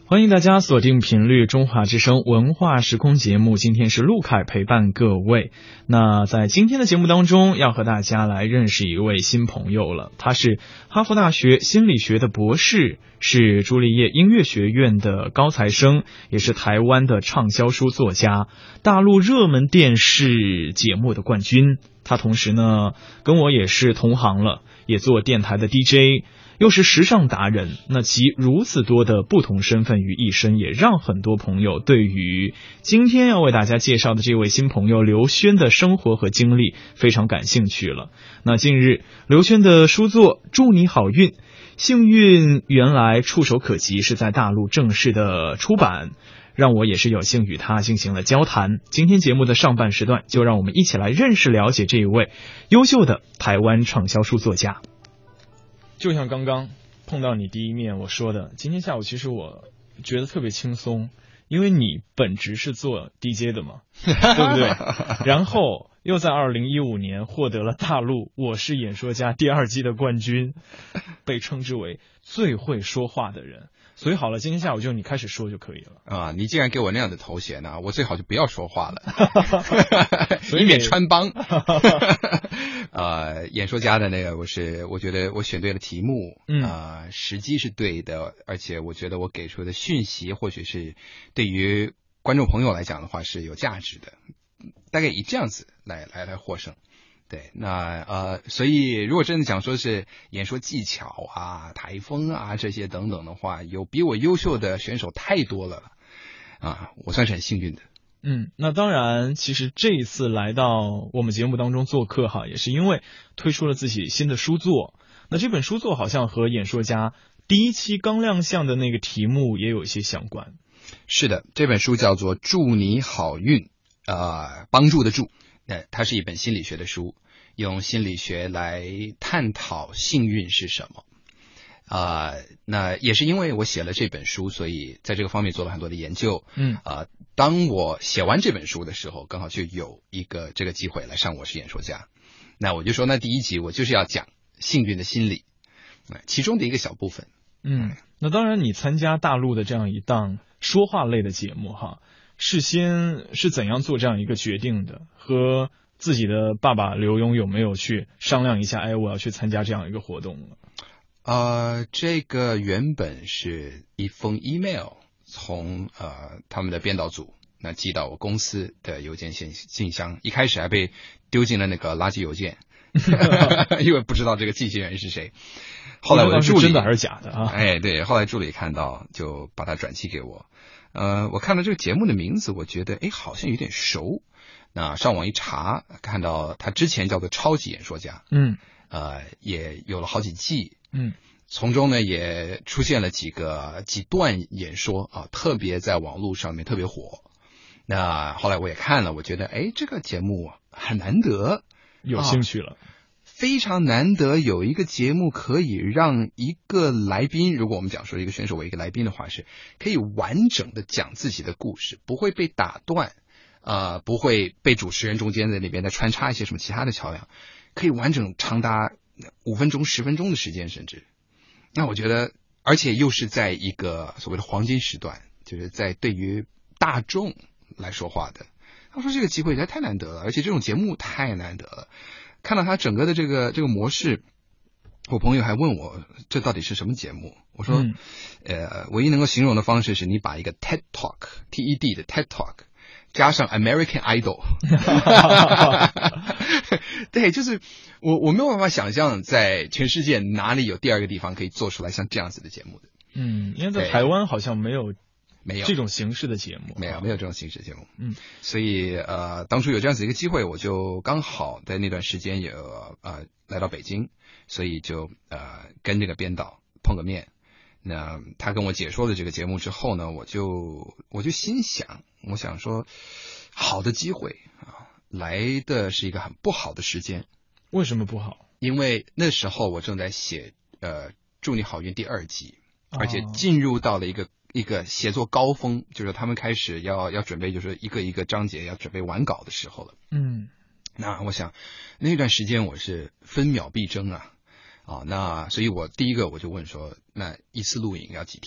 欢迎大家锁定频率中华之声文化时空节目，今天是陆凯陪伴各位。那在今天的节目当中，要和大家来认识一位新朋友了。他是哈佛大学心理学的博士，是朱丽叶音乐学院的高材生，也是台湾的畅销书作家，大陆热门电视节目的冠军。他同时呢，跟我也是同行了，也做电台的 DJ，又是时尚达人，那集如此多的不同身份于一身，也让很多朋友对于今天要为大家介绍的这位新朋友刘轩的生活和经历非常感兴趣了。那近日刘轩的书作《祝你好运》，幸运原来触手可及，是在大陆正式的出版，让我也是有幸与他进行了交谈。今天节目的上半时段，就让我们一起来认识了解这一位优秀的台湾畅销书作家。就像刚刚碰到你第一面我说的，今天下午其实我觉得特别轻松，因为你本职是做 DJ 的嘛，对不对？然后又在2015年获得了大陆我是演说家第2季的冠军，被称之为最会说话的人。所以好了，今天下午就你开始说就可以了啊！你既然给我那样的头衔呢，我最好就不要说话了，以免穿帮。演说家的那个，我觉得我选对了题目，时机是对的，而且我觉得我给出的讯息或许是对于观众朋友来讲的话是有价值的，大概以这样子来获胜。对，那所以如果真的讲说是演说技巧啊、台风啊这些等等的话，有比我优秀的选手太多了啊，我算是很幸运的。 那当然，其实这一次来到我们节目当中做客哈，也是因为推出了自己新的书作。那这本书作好像和演说家第1期刚亮相的那个题目也有一些相关。 是的，这本书叫做《祝你好运》，帮助的助。它是一本心理学的书，用心理学来探讨幸运是什么。那也是因为我写了这本书，所以在这个方面做了很多的研究。当我写完这本书的时候，刚好就有一个这个机会来上我是演说家。那我就说，那第1集我就是要讲幸运的心理，其中的一个小部分。 那当然，你参加大陆的这样一档说话类的节目哈，事先是怎样做这样一个决定的？和自己的爸爸刘墉有没有去商量一下？我要去参加这样一个活动了。 这个原本是一封 email 从他们的编导组那寄到我公司的邮件信箱，一开始还被丢进了那个垃圾邮件，因为不知道这个寄信人是谁。后来我的助理真的还是假的啊？ 对，后来助理看到就把它转寄给我。我看到这个节目的名字，我觉得好像有点熟。那上网一查，看到他之前叫做超级演说家，也有了好几季，从中呢也出现了几段演说啊，特别在网络上面特别火。那后来我也看了，我觉得这个节目很难得， 有兴趣了。 非常难得有一个节目可以让一个来宾，如果我们讲说一个选手为一个来宾的话，是可以完整的讲自己的故事，不会被打断，不会被主持人中间在那边再穿插一些什么其他的桥梁，可以完整长达5分钟、10分钟的时间，甚至。那我觉得，而且又是在一个所谓的黄金时段，就是在对于大众来说话的。他说这个机会实在太难得了，而且这种节目太难得了。看到他整个的这个模式，我朋友还问我这到底是什么节目？我说，唯一能够形容的方式是你把一个 TED Talk TED 的 TED Talk 加上 American Idol， 对，就是我没有办法想象在全世界哪里有第2个地方可以做出来像这样子的节目的。 因为在台湾好像没有这种形式的节目， 没有这种形式节目。所以当初有这样子一个机会，我就刚好在那段时间也来到北京，所以就跟这个编导碰个面。那他跟我解说了这个节目之后呢，我就心想，我想说，好的机会来的是一个很不好的时间。 为什么不好？ 因为那时候我正在写祝你好运第2集，而且进入到了一个写作高峰，就是他们开始要准备，就是一个一个章节要准备完稿的时候了。那我想那段时间我是分秒必争那所以我第一个我就问说，那一次录影要几天？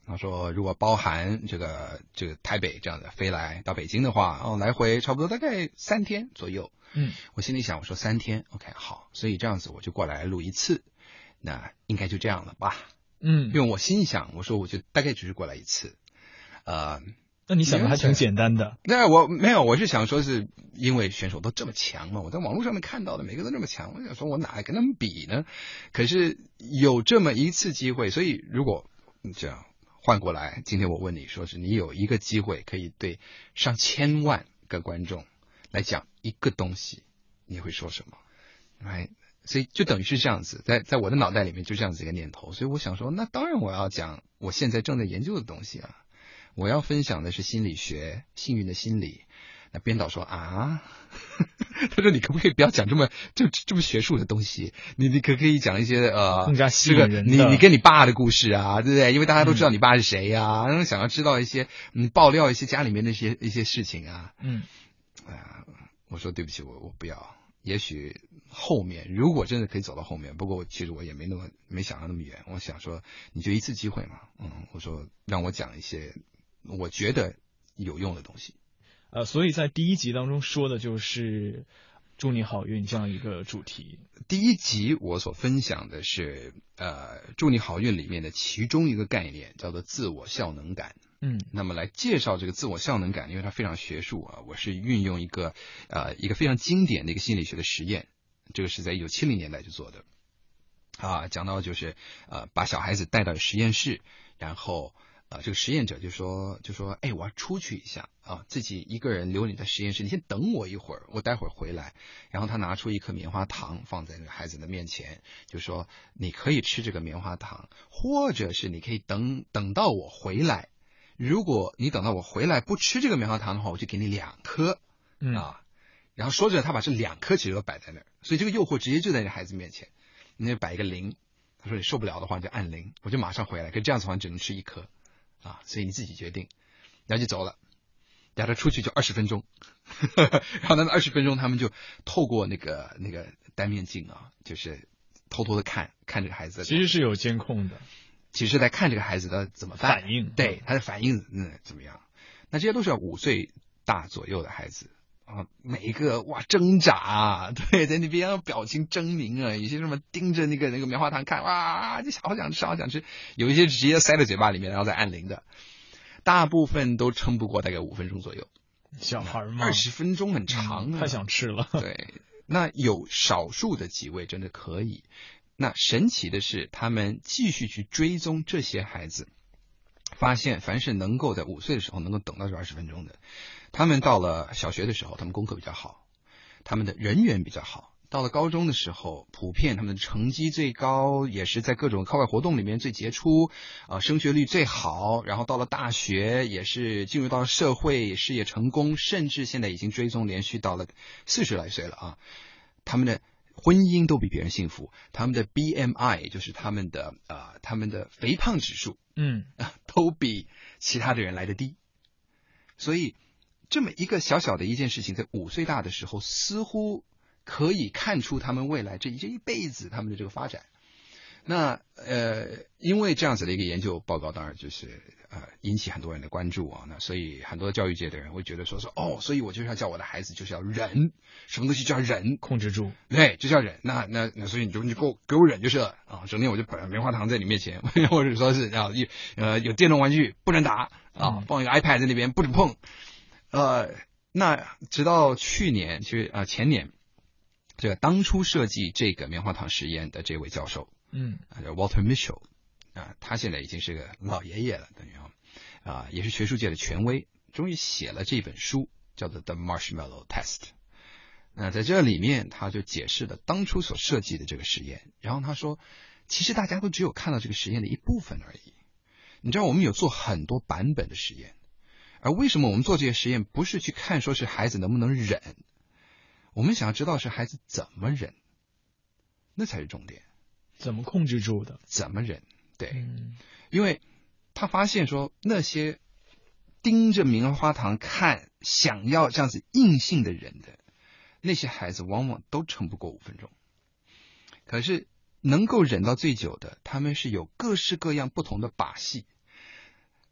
他说如果包含这个台北这样的飞来到北京的话，来回差不多大概3天左右。我心里想，我说3天 OK 好，所以这样子我就过来录一次，那应该就这样了吧。因为我心想，我说我就大概只是过来一次。 那你想的还挺简单的。 那我没有，我是想说是因为选手都这么强嘛，我在网络上面看到的每个都这么强，我想说我哪跟他们比呢？可是有这么一次机会，所以如果这样换过来，今天我问你说是你有一个机会可以对上千万个观众来讲一个东西，你会说什么？所以就等于是这样子，在我的脑袋里面就这样子一个念头，所以我想说，那当然我要讲我现在正在研究的东西啊。我要分享的是心理学，幸运的心理。那编导说啊，他说你可不可以不要讲这么学术的东西？你可以讲一些更加吸引人的， 你跟你爸的故事啊，对不对？因为大家都知道你爸是谁呀，然后想要知道一些爆料一些家里面的一些事情啊。我说对不起，我不要。也许后面如果真的可以走到后面，不过其实我也没想到那么远。我想说你就一次机会嘛，我说让我讲一些我觉得有用的东西。 所以在第1集当中说的就是祝你好运这样一个主题。 第1集我所分享的是祝你好运里面的其中一个概念，叫做自我效能感。那么来介绍这个自我效能感，因为它非常学术啊，我是运用一个非常经典的一个心理学的实验，这个是在1970年代就做的讲到就是把小孩子带到实验室，然后这个实验者就说我要出去一下自己一个人留你在实验室，你先等我一会儿，我待会儿回来。然后他拿出一颗棉花糖放在那个孩子的面前，就说你可以吃这个棉花糖，或者是你可以等到我回来，如果你等到我回来不吃这个棉花糖的话，我就给你2颗然后说着他把这2颗其实都摆在那儿，所以这个诱惑直接就在这孩子面前，你就摆一个0，他说你受不了的话你就按0，我就马上回来，可这样子的话你只能吃1颗所以你自己决定。然后就走了，然后他出去就20分钟然后那20分钟他们就透过那个单面镜就是偷偷的看这个孩子， 其实是有监控的， 其实在看这个孩子的怎么办反应， 对他的反应怎么样。那这些都是5岁大左右的孩子每一个挣扎对，在那边表情狰狞有些什么盯着那个棉花糖看，就好想吃好想吃，有一些直接塞到嘴巴里面然后再按0的，大部分都撑不过大概5分钟左右。 小孩嘛 20分钟很长太想吃了。 对，那有少数的几位真的可以。那神奇的是他们继续去追踪这些孩子，发现凡是能够在5岁的时候能够等到这20分钟的，他们到了小学的时候他们功课比较好，他们的人缘比较好，到了高中的时候普遍他们的成绩最高，也是在各种课外活动里面最杰出升学率最好，然后到了大学也是进入到社会事业成功，甚至现在已经追踪连续到了40来岁了他们的婚姻都比别人幸福，他们的 BMI 就是他们的肥胖指数都比其他的人来得低。所以这么一个小小的一件事情在5岁大的时候似乎可以看出他们未来这一辈子他们的这个发展。那因为这样子的一个研究报告当然就是引起很多人的关注那所以很多教育界的人会觉得说所以我就是要教我的孩子就是要忍，什么东西就要忍， 控制住， 对，就是要忍。那所以你给我忍就是了整天我就摆棉花糖在你面前，或者说是有电动玩具不能打放一个 iPad 在那边不准碰。那直到去年其实前年，这个当初设计这个棉花糖实验的这位教授叫 Walter Mischel他现在已经是个老爷爷了，等于也是学术界的权威，终于写了这本书叫做 The Marshmallow Test。 那在这里面他就解释了当初所设计的这个实验，然后他说其实大家都只有看到这个实验的一部分而已。你知道我们有做很多版本的实验，而为什么我们做这些实验不是去看说是孩子能不能忍，我们想要知道是孩子怎么忍，那才是重点， 怎么控制住的， 怎么忍。对因为他发现说那些盯着棉花糖看想要这样子硬性的忍的那些孩子往往都撑不过5分钟，可是能够忍到最久的他们是有各式各样不同的把戏。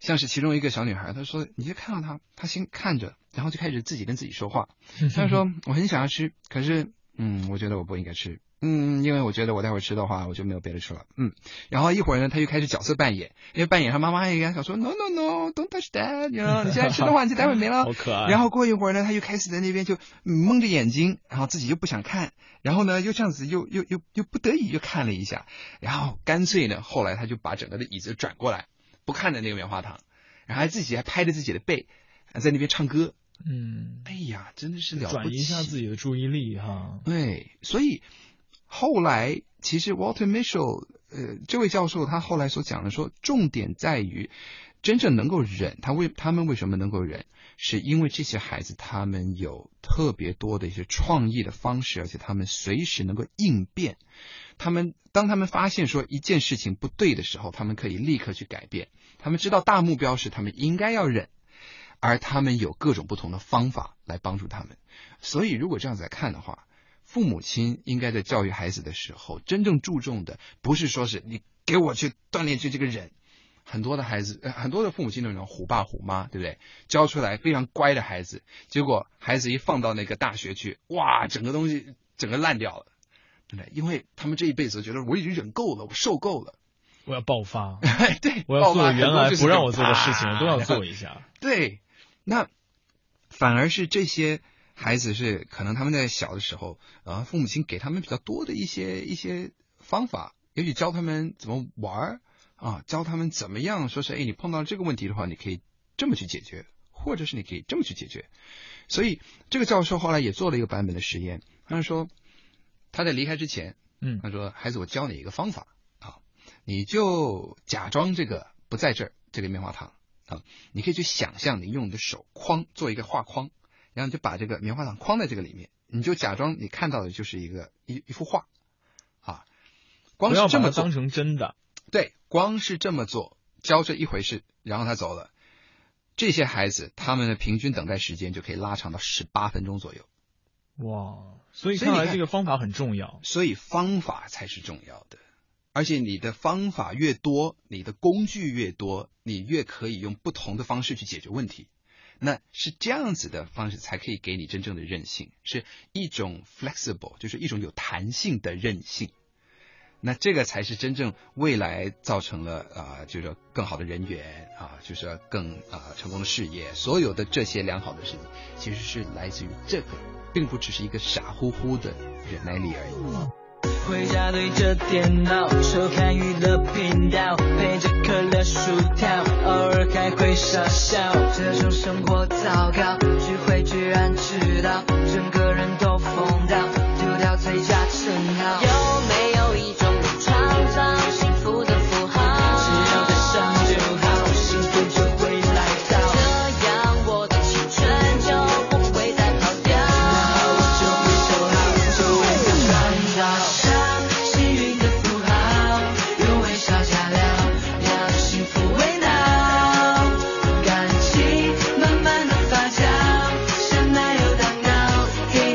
像是其中一个小女孩，她说你就看到她先看着，然后就开始自己跟自己说话。她说我很想要吃，可是我觉得我不应该吃。因为我觉得我待会儿吃的话，我就没有别的吃了。然后一会儿呢，他又开始角色扮演，因为扮演他妈妈也跟他说 No no no don't touch that， 你现在吃的话，你就待会儿没了。 好可爱。 然后过一会儿呢，他又开始在那边就蒙着眼睛，然后自己又不想看，然后呢又这样子又不得已又看了一下，然后干脆呢，后来他就把整个的椅子转过来，不看着那个棉花糖，然后还自己还拍着自己的背，在那边唱歌。哎呀，真的是了不起， 转移一下自己的注意力哈。 对，所以后来其实 Walter Mischel 这位教授他后来所讲的说，重点在于真正能够忍，他们为什么能够忍，是因为这些孩子他们有特别多的一些创意的方式，而且他们随时能够应变。当他们发现说一件事情不对的时候，他们可以立刻去改变。他们知道大目标是他们应该要忍，而他们有各种不同的方法来帮助他们。所以如果这样子来看的话，父母亲应该在教育孩子的时候，真正注重的不是说是你给我去锻炼这个人。很多的孩子，很多的父母亲那种虎爸虎妈，对不对？教出来非常乖的孩子，结果孩子一放到那个大学去，哇，整个东西整个烂掉了，对不对？因为他们这一辈子觉得我已经忍够了，我受够了， 我要爆发。 对， 我要做原来不让我做的事情，我都要做一下。 对，那反而是这些孩子是可能他们在小的时候，父母亲给他们比较多的一些方法，也许教他们怎么玩教他们怎么样说是，你碰到这个问题的话，你可以这么去解决，或者是你可以这么去解决。所以这个教授后来也做了一个版本的实验，他说他在离开之前，他说孩子，我教你一个方法你就假装这个不在这儿，这个棉花糖你可以去想象你用你的手做一个画框，然后你就把这个棉花糖框在这个里面，你就假装你看到的就是一幅画光是这么做， 不要把它当成真的。 对，光是这么做，教这一回事，然后他走了，这些孩子他们的平均等待时间就可以拉长到18分钟左右。 哇，所以看来这个方法很重要。 所以方法才是重要的，而且你的方法越多，你的工具越多，你越可以用不同的方式去解决问题。那是这样子的方式才可以给你真正的韧性，是一种 flexible， 就是一种有弹性的韧性。那这个才是真正未来造成了就是更好的人缘就是更成功的事业，所有的这些良好的事情其实是来自于这个，并不只是一个傻乎乎的忍耐力而已。 回家对着电脑收看娱乐频道，配着可乐薯条，偶尔还会傻笑。这种生活糟糕，聚会居然迟到，整个人都疯到，丢掉最佳称号。有没有一种创造幸福的符号？只要在上就好，幸福就会来到。这样我的青春就不会再跑掉，然后我就会收好，就会被创造。给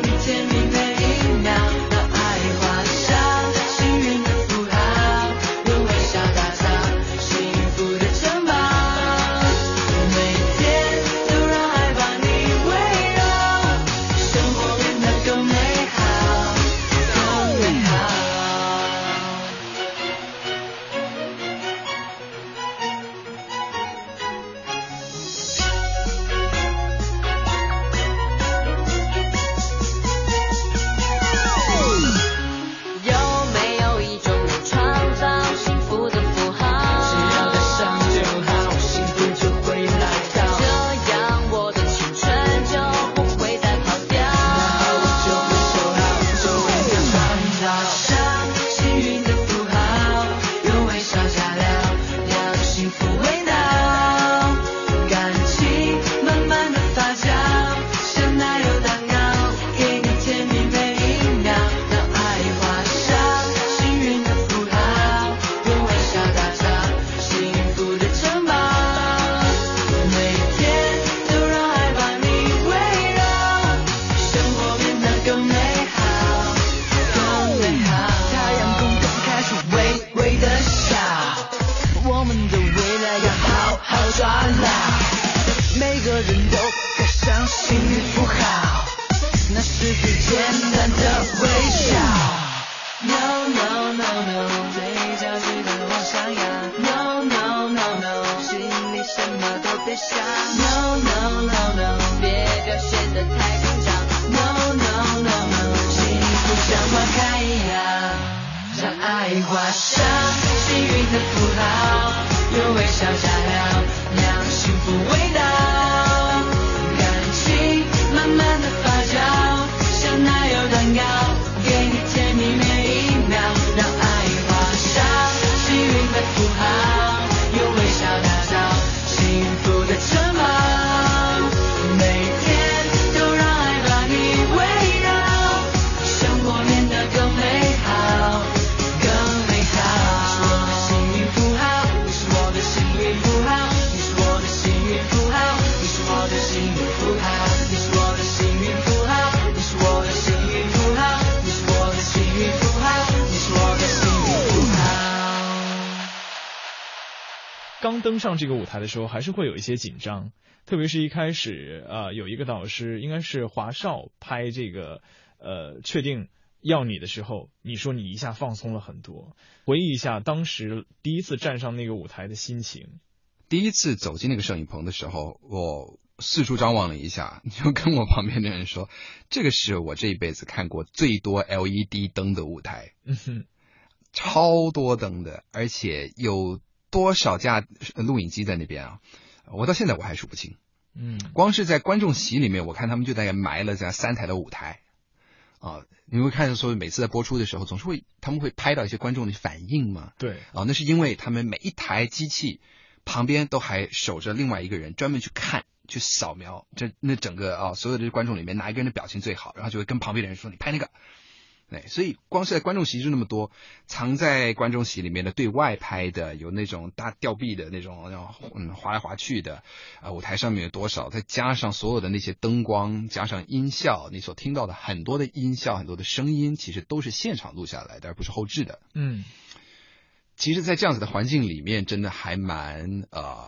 的符号，用微笑加料，让幸福味道，感情慢慢的发酵，像奶油蛋糕，给你甜蜜每一秒，让爱画上幸运的符号，用微笑打造幸福的城堡，每天都让爱把你围绕，生活变得更美好，更美好。你是我的幸运符号，你是我的幸运符号，你是我的幸运符号，你是我的幸运符号，你是我的幸运符号，你是我的幸运符号，你是我的幸运符号。 刚登上这个舞台的时候，还是会有一些紧张，特别是一开始有一个导师，应该是华少拍这个确定要你的时候，你说你一下放松了很多。回忆一下当时第一次站上那个舞台的心情。 第一次走进那个摄影棚的时候，我四处张望了一下，就跟我旁边的人说，这个是我这一辈子看过最多 LED 灯的舞台，超多灯的，而且有多少架录影机在那边啊，我到现在我还数不清。光是在观众席里面，我看他们就大概埋了这样3台的舞台啊，你会看到说每次在播出的时候，总是他们会拍到一些观众的反应嘛。 对啊，那是因为他们每一台机器旁边都还守着另外一个人，专门去看去扫描那整个所有的观众里面哪一个人的表情最好，然后就会跟旁边的人说你拍那个。对，所以光是在观众席就那么多，藏在观众席里面的对外拍的，有那种大吊臂的那种滑来滑去的舞台上面有多少，再加上所有的那些灯光，加上音效，你所听到的很多的音效，很多的声音，其实都是现场录下来的，而不是后制的。其实在这样子的环境里面，真的还蛮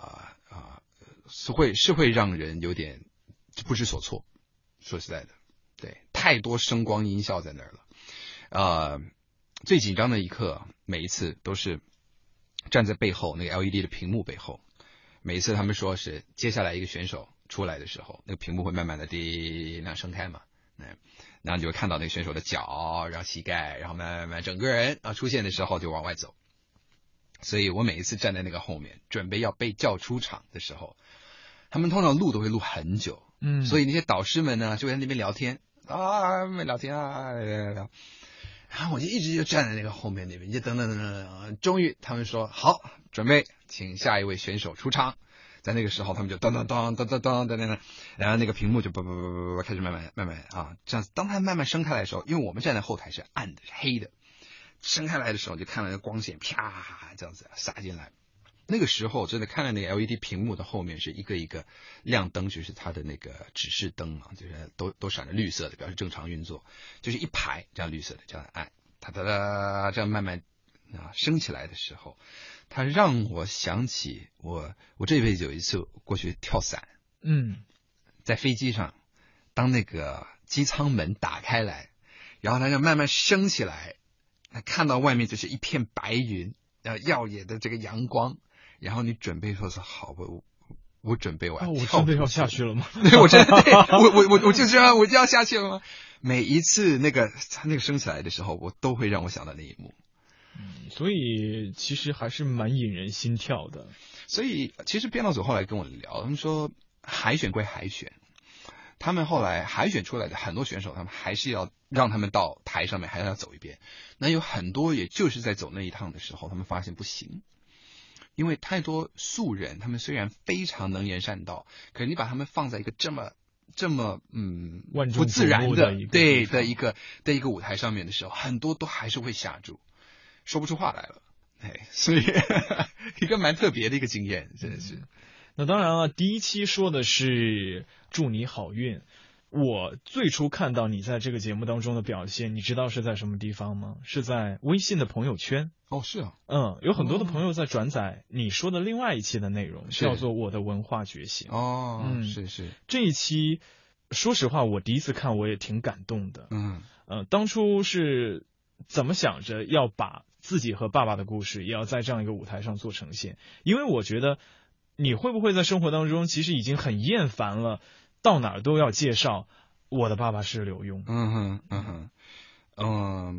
是会让人有点不知所措。说实在的，对，太多声光音效在那儿了。最紧张的一刻，每一次都是站在背后那个 LED 的屏幕背后，每一次他们说是接下来一个选手出来的时候，那个屏幕会慢慢的那样升开嘛，然后你就会看到那个选手的脚，然后膝盖，然后慢慢整个人出现的时候就往外走。所以我每一次站在那个后面，准备要被叫出场的时候，他们通常录都会录很久，所以那些导师们呢就在那边聊天聊天聊。然后我就一直就站在那个后面那边，就等，终于他们说好，准备，请下一位选手出场。在那个时候，他们就当，然后那个屏幕就开始慢慢这样子。当他慢慢升开来的时候，因为我们站在后台是暗的，是黑的，升开来的时候就看到那个光线啪这样子洒进来。那个时候真的看到那个 LED 屏幕的后面是一个一个亮灯，就是它的那个指示灯啊，就是都闪着绿色的，表示正常运作，就是一排这样绿色的这样按，它这样慢慢升起来的时候，它让我想起我这辈子有一次过去跳伞，在飞机上，当那个机舱门打开来，然后它就慢慢升起来，看到外面就是一片白云，然后耀眼的这个阳光。然后你准备说是好，我准备我要跳， 我真的要下去了吗？ 对，我真的对，我就这样，我就要下去了吗？每一次那个升起来的时候，我都会让我想到那一幕。 所以其实还是蛮引人心跳的。 所以其实编导组后来跟我聊，他们说海选归海选，他们后来海选出来的很多选手，他们还是要让他们到台上面还要走一遍。那有很多也就是在走那一趟的时候，他们发现不行。因为太多素人，他们虽然非常能言善道，可是你把他们放在一个这么不自然的一个舞台上面的时候，很多都还是会吓住，说不出话来了。所以一个蛮特别的一个经验，真的是。 那当然了，第一期说的是祝你好运。我最初看到你在这个节目当中的表现，你知道是在什么地方吗？是在微信的朋友圈。 是啊。 有很多的朋友在转载你说的另外一期的内容，叫做我的文化觉醒。 是。 这一期说实话我第一次看我也挺感动的。当初是怎么想着要把自己和爸爸的故事也要在这样一个舞台上做呈现？因为我觉得你会不会在生活当中其实已经很厌烦了，到哪儿都要介绍我的爸爸是刘墉。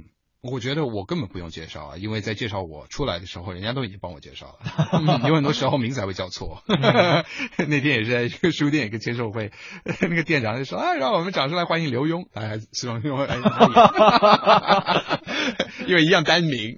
我觉得我根本不用介绍啊，因为在介绍我出来的时候，人家都已经帮我介绍了。有很多时候名字还会叫错。那天也是在一个书店一个签售会，那个店长就说：“啊，让我们掌声来欢迎刘墉。”哎，时装兄，因为一样单名。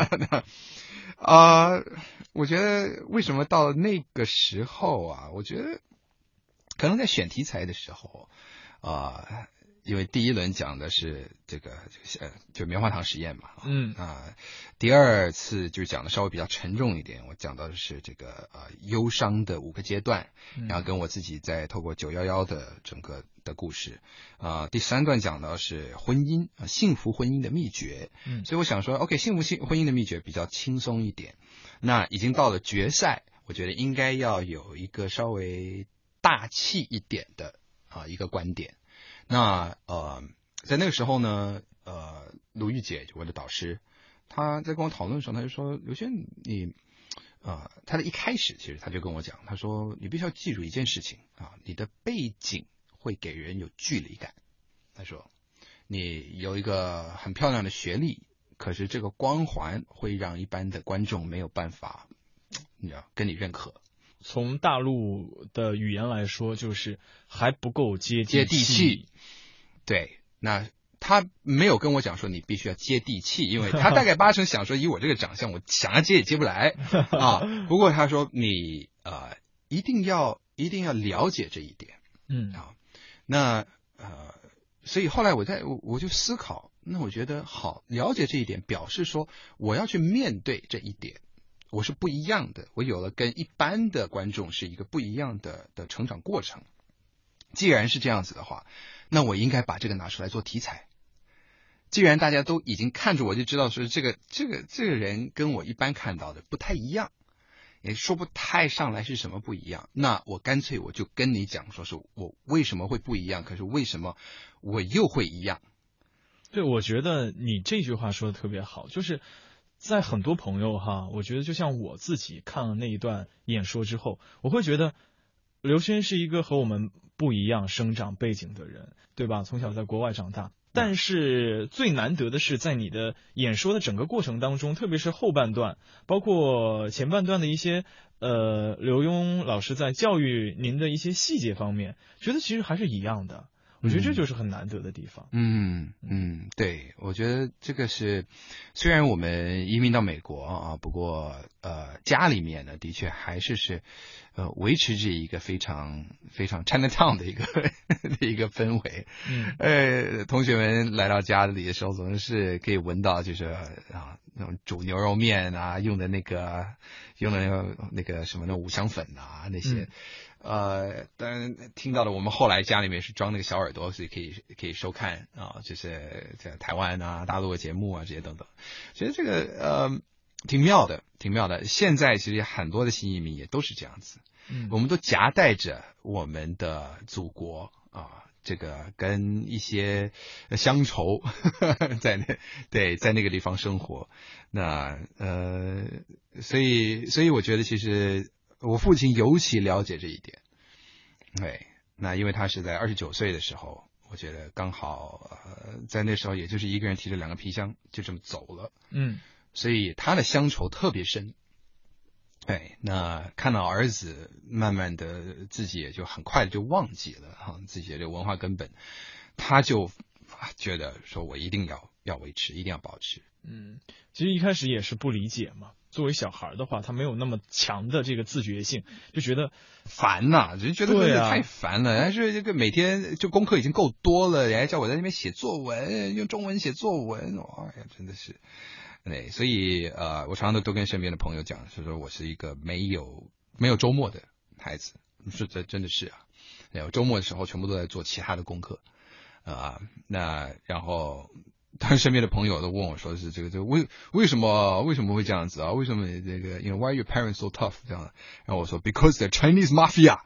我觉得为什么到那个时候啊？我觉得可能在选题材的时候，因为第一轮讲的是就棉花糖实验嘛，第二次就讲的稍微比较沉重一点，我讲到的是这个忧伤的5个阶段，然后跟我自己在透过911的整个的故事，第3段讲到是婚姻幸福婚姻的秘诀，所以我想说 OK 幸福婚姻的秘诀比较轻松一点，那已经到了决赛，我觉得应该要有一个稍微大气一点的一个观点。那在那个时候呢，卢玉姐我的导师，她在跟我讨论的时候，她就说：“刘轩，你她的一开始其实她就跟我讲，她说你必须要记住一件事情你的背景会给人有距离感。她说你有一个很漂亮的学历，可是这个光环会让一般的观众没有办法，你知道跟你认可。” 从大陆的语言来说，就是还不够接地气。对，那他没有跟我讲说你必须要接地气，因为他大概8成想说以我这个长相，我想要接也接不来不过他说你一定要了解这一点。那所以后来我就思考，那我觉得好，了解这一点表示说我要去面对这一点。我是不一样的，我有了跟一般的观众是一个不一样的成长过程。既然是这样子的话，那我应该把这个拿出来做题材。既然大家都已经看着我就知道说这个人跟我一般看到的不太一样，也说不太上来是什么不一样，那我干脆我就跟你讲说是我为什么会不一样，可是为什么我又会一样。 对，我觉得你这句话说的特别好，就是在很多朋友我觉得就像我自己看了那一段演说之后，我会觉得刘轩是一个和我们不一样生长背景的人，对吧？从小在国外长大，但是最难得的是在你的演说的整个过程当中，特别是后半段，包括前半段的一些刘墉老师在教育您的一些细节方面，觉得其实还是一样的。我觉得这就是很难得的地方。 对，我觉得这个是，虽然我们移民到美国不过家里面呢，的确还是维持着一个非常非常 Chinatown 的一个氛围。同学们来到家里的时候，总是可以闻到就是那种煮牛肉面用的那个什么的五香粉那些。当然听到了，我们后来家里面是装那个小耳朵，所以可以收看就是在台湾大陆的节目这些等等。觉得这个挺妙的。现在其实很多的新移民也都是这样子，我们都夹带着我们的祖国这个跟一些乡愁在那个地方生活。那所以我觉得其实我父亲尤其了解这一点。对，那因为他是在29岁的时候，我觉得刚好在那时候也就是一个人提着2个皮箱就这么走了。所以他的乡愁特别深。那看到儿子慢慢的自己也就很快就忘记了自己的这个文化根本，他就觉得说我一定要维持，一定要保持。 其实一开始也是不理解嘛，作为小孩的话，他没有那么强的这个自觉性，就觉得烦就觉得真的太烦了。但是这个每天就功课已经够多了，人家叫我在那边写作文，用中文写作文，哎呀，真的是。对，所以我常常都跟身边的朋友讲，说我是一个没有周末的孩子，是真的是我周末的时候全部都在做其他的功课那然后他身边的朋友都问我说是这个为什么会这样子为什么这个why are your parents so tough 这样，然后我说 because they're Chinese mafia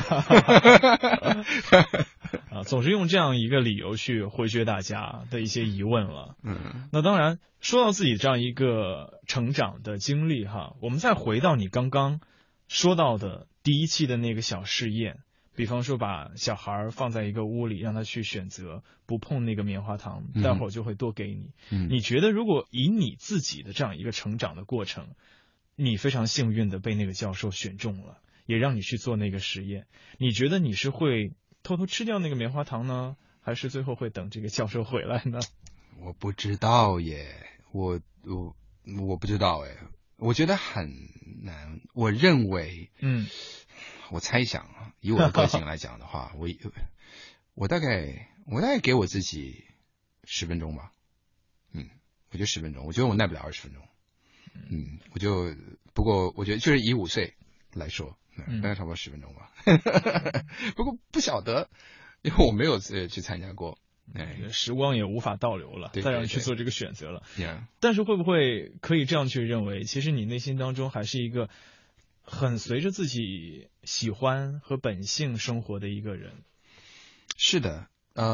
总是用这样一个理由去回绝大家的一些疑问了。那当然说到自己这样一个成长的经历我们再回到你刚刚说到的第一期的那个小试验， 比方说把小孩放在一个屋里，让他去选择不碰那个棉花糖，待会儿就会多给你。你觉得如果以你自己的这样一个成长的过程，你非常幸运的被那个教授选中了，也让你去做那个实验，你觉得你是会偷偷吃掉那个棉花糖呢，还是最后会等这个教授回来呢？ 我不知道耶，我不知道哎，我觉得很难。我认为，我猜想啊，以我的个性来讲的话，我大概给我自己10分钟吧。我觉得10分钟，我觉得我耐不了20分钟。不过我觉得就是以5岁来说，大概差不多10分钟吧。不过不晓得，因为我没有去参加过。 时光也无法倒流了，再让你去做这个选择了。 Yeah. 但是会不会可以这样去认为，其实你内心当中还是一个很随着自己喜欢和本性生活的一个人？ 是的，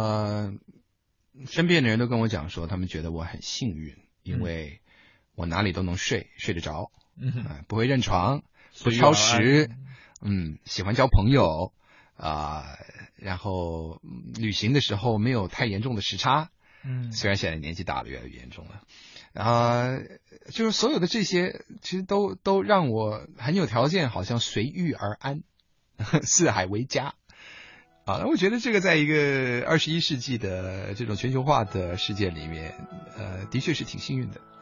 身边的人都跟我讲说，他们觉得我很幸运，因为我哪里都能睡得着，不会认床，不挑食，喜欢交朋友。然后旅行的时候没有太严重的时差，虽然现在年纪大了越来越严重了，就是所有的这些其实都让我很有条件，好像随遇而安，四海为家啊。我觉得这个在一个21世纪的这种全球化的世界里面，的确是挺幸运的。